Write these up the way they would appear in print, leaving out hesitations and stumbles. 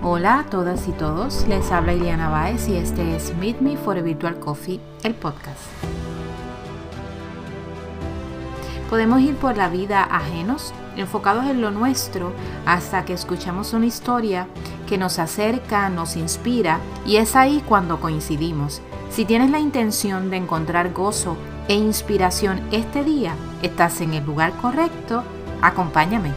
Hola a todas y todos, les habla Iliana Báez y este es Meet Me for a Virtual Coffee, el podcast. Podemos ir por la vida ajenos, enfocados en lo nuestro, hasta que escuchamos una historia que nos acerca, nos inspira y es ahí cuando coincidimos. Si tienes la intención de encontrar gozo e inspiración este día, estás en el lugar correcto, acompáñame.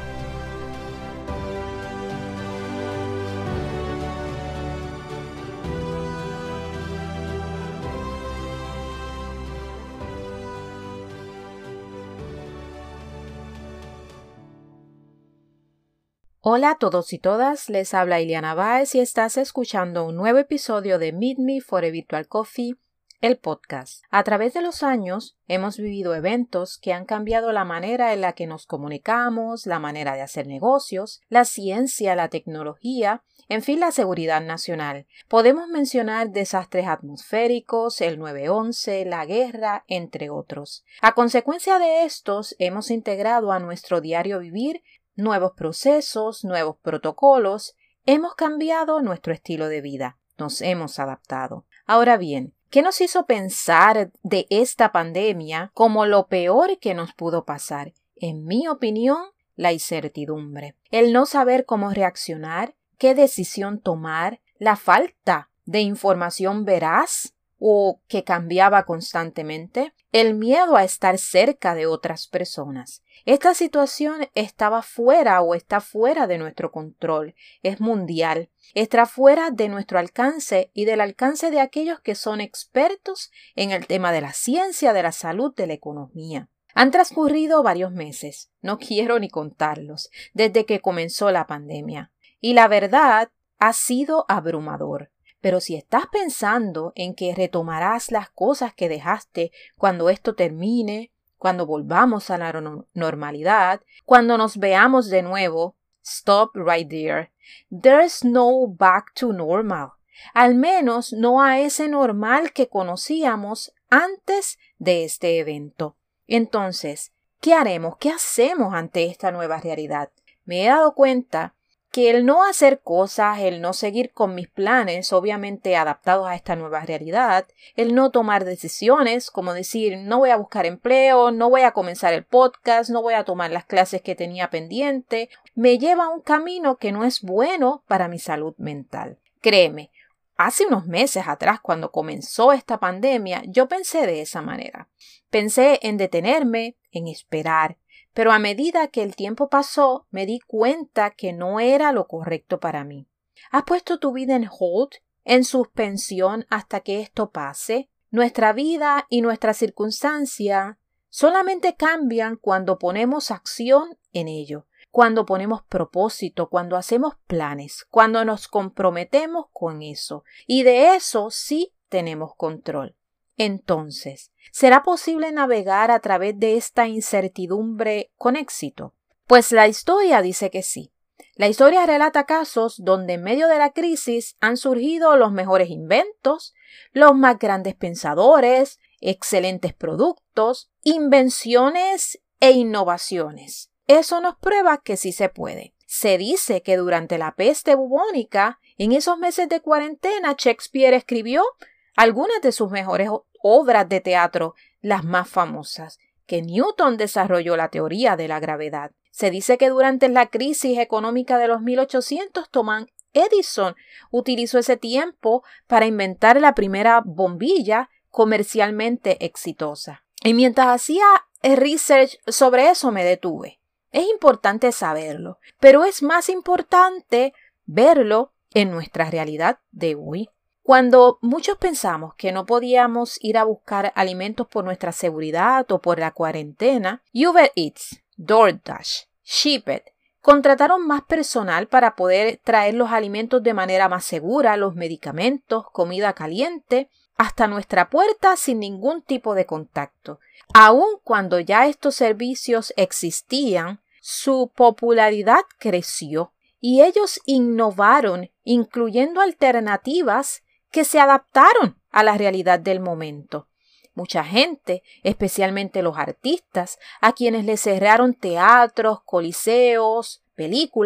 Hola a todos y todas, les habla Iliana Báez y estás escuchando un nuevo episodio de Meet Me for a Virtual Coffee, el podcast. A través de los años hemos vivido eventos que han cambiado la manera en la que nos comunicamos, la manera de hacer negocios, la ciencia, la tecnología, en fin, la seguridad nacional. Podemos mencionar desastres atmosféricos, el 9/11, la guerra, entre otros. A consecuencia de estos, hemos integrado a nuestro diario vivir nuevos procesos, nuevos protocolos, hemos cambiado nuestro estilo de vida, nos hemos adaptado. Ahora bien, ¿qué nos hizo pensar de esta pandemia como lo peor que nos pudo pasar? En mi opinión, la incertidumbre, el no saber cómo reaccionar, qué decisión tomar, la falta de información veraz o que cambiaba constantemente, el miedo a estar cerca de otras personas. Esta situación estaba fuera o está fuera de nuestro control, es mundial, está fuera de nuestro alcance y del alcance de aquellos que son expertos en el tema de la ciencia, de la salud, de la economía. Han transcurrido varios meses, no quiero ni contarlos, desde que comenzó la pandemia. Y la verdad ha sido abrumador. Pero si estás pensando en que retomarás las cosas que dejaste cuando esto termine, cuando volvamos a la normalidad, cuando nos veamos de nuevo, stop right there. There's no back to normal. Al menos no a ese normal que conocíamos antes de este evento. Entonces, ¿qué haremos? ¿Qué hacemos ante esta nueva realidad? Me he dado cuenta que el no hacer cosas, el no seguir con mis planes, obviamente adaptados a esta nueva realidad, el no tomar decisiones, como decir, no voy a buscar empleo, no voy a comenzar el podcast, no voy a tomar las clases que tenía pendiente, me lleva a un camino que no es bueno para mi salud mental. Créeme, hace unos meses atrás, cuando comenzó esta pandemia, yo pensé de esa manera. Pensé en detenerme, en esperar. Pero a medida que el tiempo pasó, me di cuenta que no era lo correcto para mí. ¿Has puesto tu vida en hold, en suspensión hasta que esto pase? Nuestra vida y nuestra circunstancia solamente cambian cuando ponemos acción en ello, cuando ponemos propósito, cuando hacemos planes, cuando nos comprometemos con eso. Y de eso sí tenemos control. Entonces, ¿será posible navegar a través de esta incertidumbre con éxito? Pues la historia dice que sí. La historia relata casos donde en medio de la crisis han surgido los mejores inventos, los más grandes pensadores, excelentes productos, invenciones e innovaciones. Eso nos prueba que sí se puede. Se dice que durante la peste bubónica, en esos meses de cuarentena, Shakespeare escribió algunas de sus mejores obras de teatro, las más famosas, que Newton desarrolló la teoría de la gravedad. Se dice que durante la crisis económica de los 1800, Thomas Edison utilizó ese tiempo para inventar la primera bombilla comercialmente exitosa. Y mientras hacía research sobre eso me detuve. Es importante saberlo, pero es más importante verlo en nuestra realidad de hoy. Cuando muchos pensamos que no podíamos ir a buscar alimentos por nuestra seguridad o por la cuarentena, Uber Eats, DoorDash, Shipt contrataron más personal para poder traer los alimentos de manera más segura, los medicamentos, comida caliente, hasta nuestra puerta sin ningún tipo de contacto. Aun cuando ya estos servicios existían, su popularidad creció y ellos innovaron, incluyendo alternativas que se adaptaron a la realidad del momento. Mucha gente, especialmente los artistas, a quienes les cerraron teatros, coliseos, películas,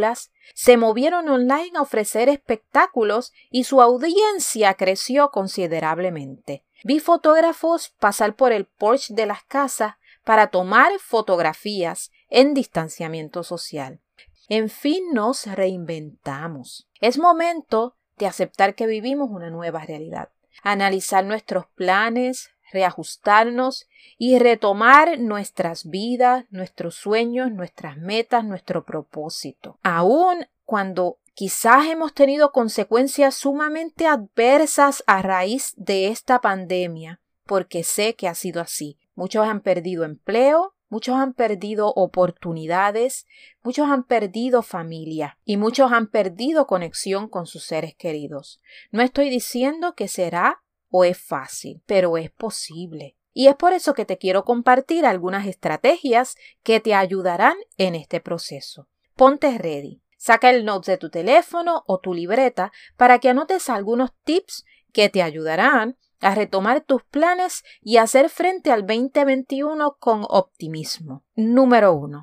Se movieron online a ofrecer espectáculos y su audiencia creció considerablemente. Vi fotógrafos pasar por el porche de las casas para tomar fotografías en distanciamiento social. En fin, nos reinventamos. Es momento de aceptar que vivimos una nueva realidad, analizar nuestros planes, reajustarnos y retomar nuestras vidas, nuestros sueños, nuestras metas, nuestro propósito. Aún cuando quizás hemos tenido consecuencias sumamente adversas a raíz de esta pandemia, porque sé que ha sido así. Muchos han perdido empleo, muchos han perdido oportunidades, muchos han perdido familia y muchos han perdido conexión con sus seres queridos. No estoy diciendo que será o es fácil, pero es posible. Y es por eso que te quiero compartir algunas estrategias que te ayudarán en este proceso. Ponte ready. Saca el notes de tu teléfono o tu libreta para que anotes algunos tips que te ayudarán a retomar tus planes y hacer frente al 2021 con optimismo. Número 1.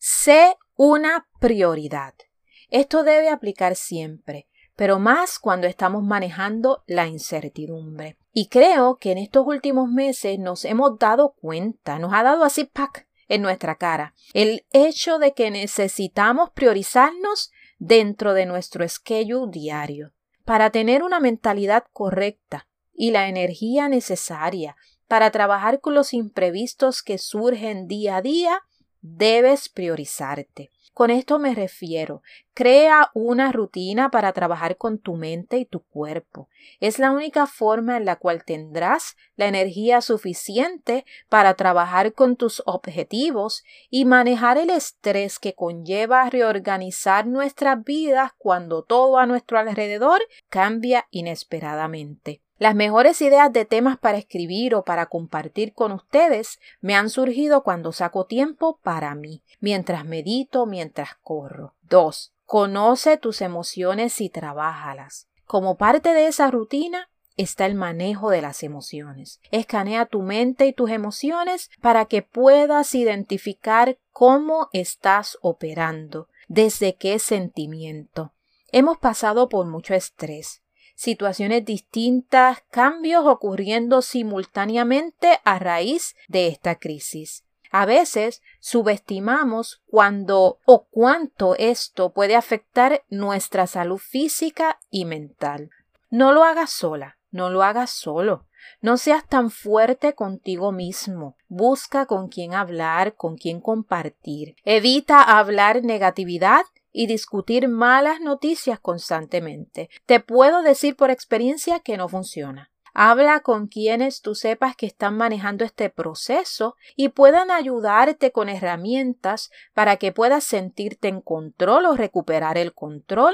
Sé una prioridad. Esto debe aplicar siempre, pero más cuando estamos manejando la incertidumbre. Y creo que en estos últimos meses nos hemos dado cuenta, nos ha dado así ¡pac! En nuestra cara, el hecho de que necesitamos priorizarnos dentro de nuestro schedule diario para tener una mentalidad correcta y la energía necesaria para trabajar con los imprevistos que surgen día a día. Debes priorizarte. Con esto me refiero, crea una rutina para trabajar con tu mente y tu cuerpo. Es la única forma en la cual tendrás la energía suficiente para trabajar con tus objetivos y manejar el estrés que conlleva reorganizar nuestras vidas cuando todo a nuestro alrededor cambia inesperadamente. Las mejores ideas de temas para escribir o para compartir con ustedes me han surgido cuando saco tiempo para mí, mientras medito, mientras corro. 2. Conoce tus emociones y trabájalas. Como parte de esa rutina está el manejo de las emociones. Escanea tu mente y tus emociones para que puedas identificar cómo estás operando, desde qué sentimiento. Hemos pasado por mucho estrés. Situaciones distintas, cambios ocurriendo simultáneamente a raíz de esta crisis. A veces subestimamos cuándo o cuánto esto puede afectar nuestra salud física y mental. No lo hagas sola, no lo hagas solo. No seas tan fuerte contigo mismo. Busca con quién hablar, con quién compartir. Evita hablar negatividad y discutir malas noticias constantemente. Te puedo decir por experiencia que no funciona. Habla con quienes tú sepas que están manejando este proceso y puedan ayudarte con herramientas para que puedas sentirte en control o recuperar el control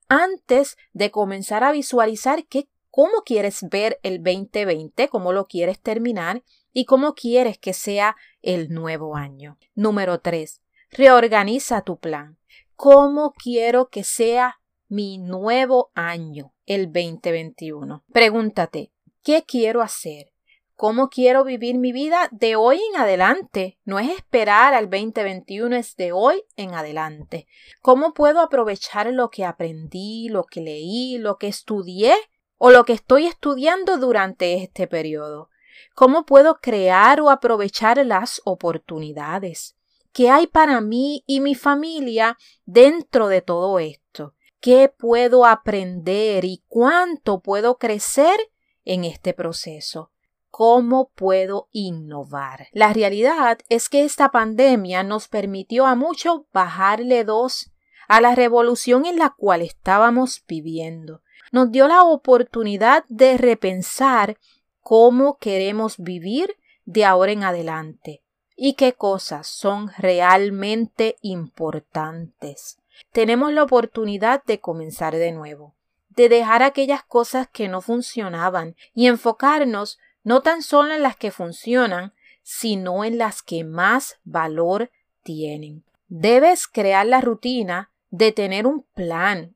antes de comenzar a visualizar cómo quieres ver el 2020, cómo lo quieres terminar y cómo quieres que sea el nuevo año. Número 3. Reorganiza tu plan. ¿Cómo quiero que sea mi nuevo año, el 2021? Pregúntate, ¿qué quiero hacer? ¿Cómo quiero vivir mi vida de hoy en adelante? No es esperar al 2021, es de hoy en adelante. ¿Cómo puedo aprovechar lo que aprendí, lo que leí, lo que estudié o lo que estoy estudiando durante este periodo? ¿Cómo puedo crear o aprovechar las oportunidades? ¿Qué hay para mí y mi familia dentro de todo esto? ¿Qué puedo aprender y cuánto puedo crecer en este proceso? ¿Cómo puedo innovar? La realidad es que esta pandemia nos permitió a muchos bajarle 2 a la revolución en la cual estábamos viviendo. Nos dio la oportunidad de repensar cómo queremos vivir de ahora en adelante. ¿Y qué cosas son realmente importantes? Tenemos la oportunidad de comenzar de nuevo, de dejar aquellas cosas que no funcionaban y enfocarnos no tan solo en las que funcionan, sino en las que más valor tienen. Debes crear la rutina de tener un plan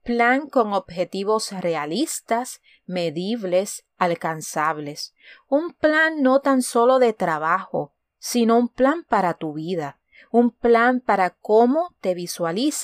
con objetivos realistas, medibles, alcanzables. Un plan no tan solo de trabajo, sino un plan para tu vida, un plan para cómo te visualizas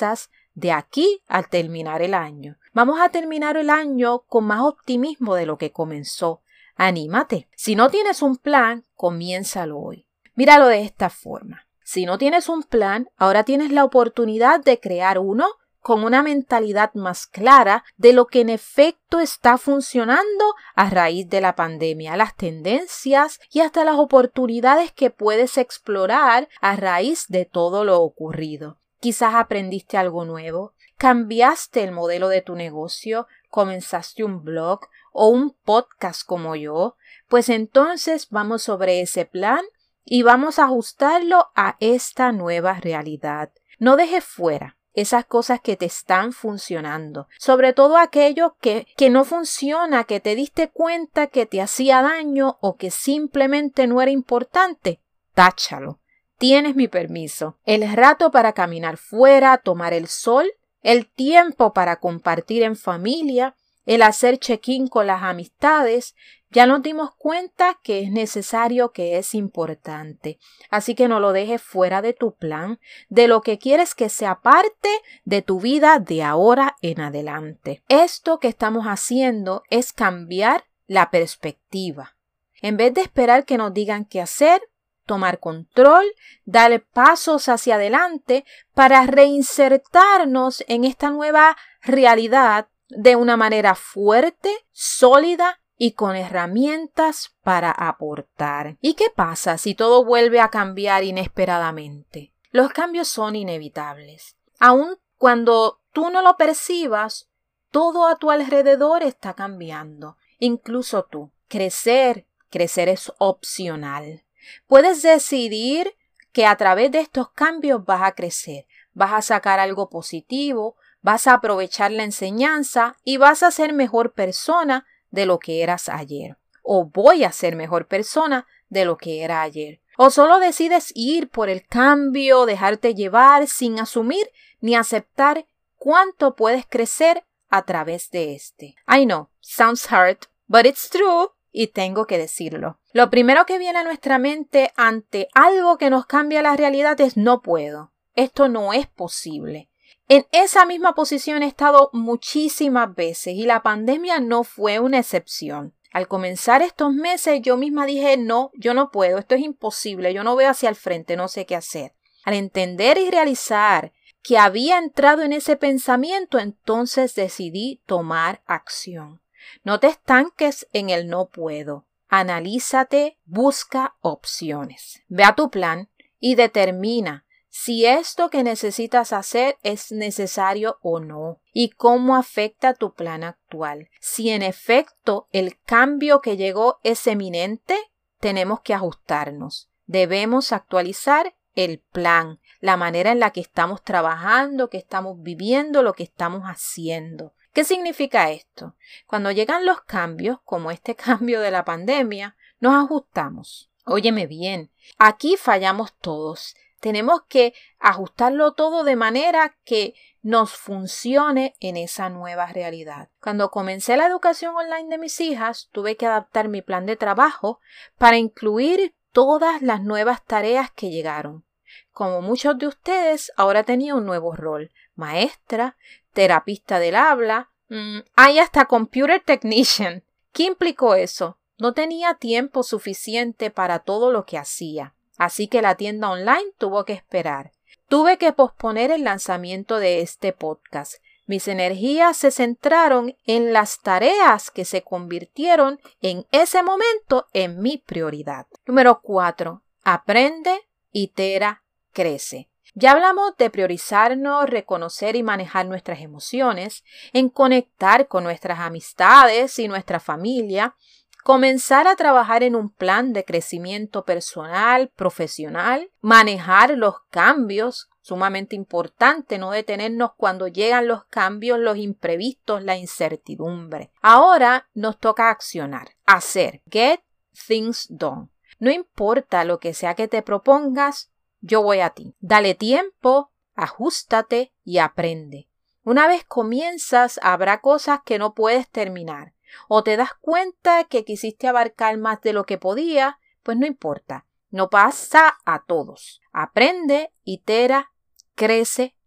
de aquí al terminar el año. Vamos a terminar el año con más optimismo de lo que comenzó. Anímate. Si no tienes un plan, comiénzalo hoy. Míralo de esta forma. Si no tienes un plan, ahora tienes la oportunidad de crear uno con una mentalidad más clara de lo que en efecto está funcionando a raíz de la pandemia, las tendencias y hasta las oportunidades que puedes explorar a raíz de todo lo ocurrido. Quizás aprendiste algo nuevo, cambiaste el modelo de tu negocio, comenzaste un blog o un podcast como yo, pues entonces vamos sobre ese plan y vamos a ajustarlo a esta nueva realidad. No dejes fuera esas cosas que te están funcionando, sobre todo aquello que no funciona, que te diste cuenta que te hacía daño o que simplemente no era importante. Táchalo. Tienes mi permiso. El rato para caminar fuera, tomar el sol, el tiempo para compartir en familia, el hacer check-in con las amistades, ya nos dimos cuenta que es necesario, que es importante. Así que no lo dejes fuera de tu plan, de lo que quieres que sea parte de tu vida de ahora en adelante. Esto que estamos haciendo es cambiar la perspectiva. En vez de esperar que nos digan qué hacer, tomar control, darle pasos hacia adelante para reinsertarnos en esta nueva realidad de una manera fuerte, sólida y con herramientas para aportar. ¿Y qué pasa si todo vuelve a cambiar inesperadamente? Los cambios son inevitables. Aun cuando tú no lo percibas, todo a tu alrededor está cambiando, incluso tú. Crecer es opcional. Puedes decidir que a través de estos cambios vas a crecer, vas a sacar algo positivo, vas a aprovechar la enseñanza y vas a ser mejor persona de lo que eras ayer. O voy a ser mejor persona de lo que era ayer. O solo decides ir por el cambio, dejarte llevar sin asumir ni aceptar cuánto puedes crecer a través de este. I know, sounds hard, but it's true. Y tengo que decirlo. Lo primero que viene a nuestra mente ante algo que nos cambia la realidad es no puedo. Esto no es posible. En esa misma posición he estado muchísimas veces y la pandemia no fue una excepción. Al comenzar estos meses yo misma dije no, yo no puedo, esto es imposible, yo no veo hacia el frente, no sé qué hacer. Al entender y realizar que había entrado en ese pensamiento, entonces decidí tomar acción. No te estanques en el no puedo. Analízate, busca opciones. Ve a tu plan y determina si esto que necesitas hacer es necesario o no y cómo afecta tu plan actual. Si en efecto el cambio que llegó es eminente, tenemos que ajustarnos. Debemos actualizar el plan, la manera en la que estamos trabajando, que estamos viviendo, lo que estamos haciendo. ¿Qué significa esto? Cuando llegan los cambios, como este cambio de la pandemia, nos ajustamos. Óyeme bien, aquí fallamos todos. Tenemos que ajustarlo todo de manera que nos funcione en esa nueva realidad. Cuando comencé la educación online de mis hijas, tuve que adaptar mi plan de trabajo para incluir todas las nuevas tareas que llegaron. Como muchos de ustedes, ahora tenía un nuevo rol: maestra, terapista del habla, hay hasta computer technician. ¿Qué implicó eso? No tenía tiempo suficiente para todo lo que hacía, así que la tienda online tuvo que esperar. Tuve que posponer el lanzamiento de este podcast. Mis energías se centraron en las tareas que se convirtieron en ese momento en mi prioridad. Número 4. Aprende, itera, crece. Ya hablamos de priorizarnos, reconocer y manejar nuestras emociones, en conectar con nuestras amistades y nuestra familia, comenzar a trabajar en un plan de crecimiento personal, profesional, manejar los cambios, sumamente importante no detenernos cuando llegan los cambios, los imprevistos, la incertidumbre. Ahora nos toca accionar, hacer, get things done. No importa lo que sea que te propongas, yo voy a ti. Dale tiempo, ajústate y aprende. Una vez comienzas, habrá cosas que no puedes terminar. O te das cuenta que quisiste abarcar más de lo que podía, pues no importa. No pasa a todos. Aprende, itera, crece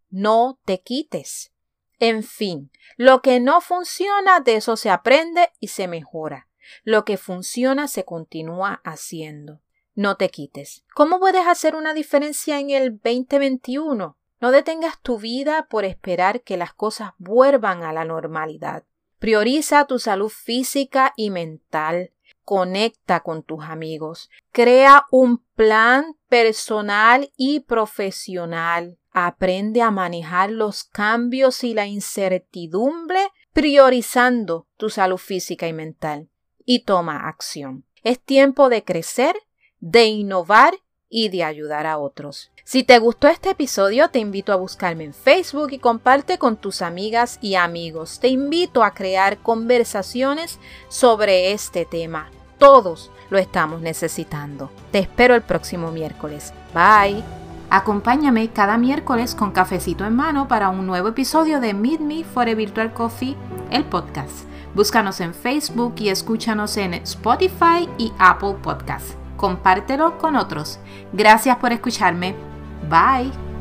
no te quites. En fin, lo que no funciona, de eso se aprende y se mejora. Lo que funciona se continúa haciendo. No te quites. ¿Cómo puedes hacer una diferencia en el 2021? No detengas tu vida por esperar que las cosas vuelvan a la normalidad. Prioriza tu salud física y mental. Conecta con tus amigos. Crea un plan personal y profesional. Aprende a manejar los cambios y la incertidumbre priorizando tu salud física y mental. Y toma acción. Es tiempo de crecer, de innovar y de ayudar a otros. Si te gustó este episodio, te invito a buscarme en Facebook y comparte con tus amigas y amigos. Te invito a crear conversaciones sobre este tema. Todos lo estamos necesitando. Te espero el próximo miércoles. Bye. Acompáñame cada miércoles con cafecito en mano para un nuevo episodio de Meet Me for a Virtual Coffee, el podcast. Búscanos en Facebook y escúchanos en Spotify y Apple Podcasts. Compártelo con otros. Gracias por escucharme. Bye.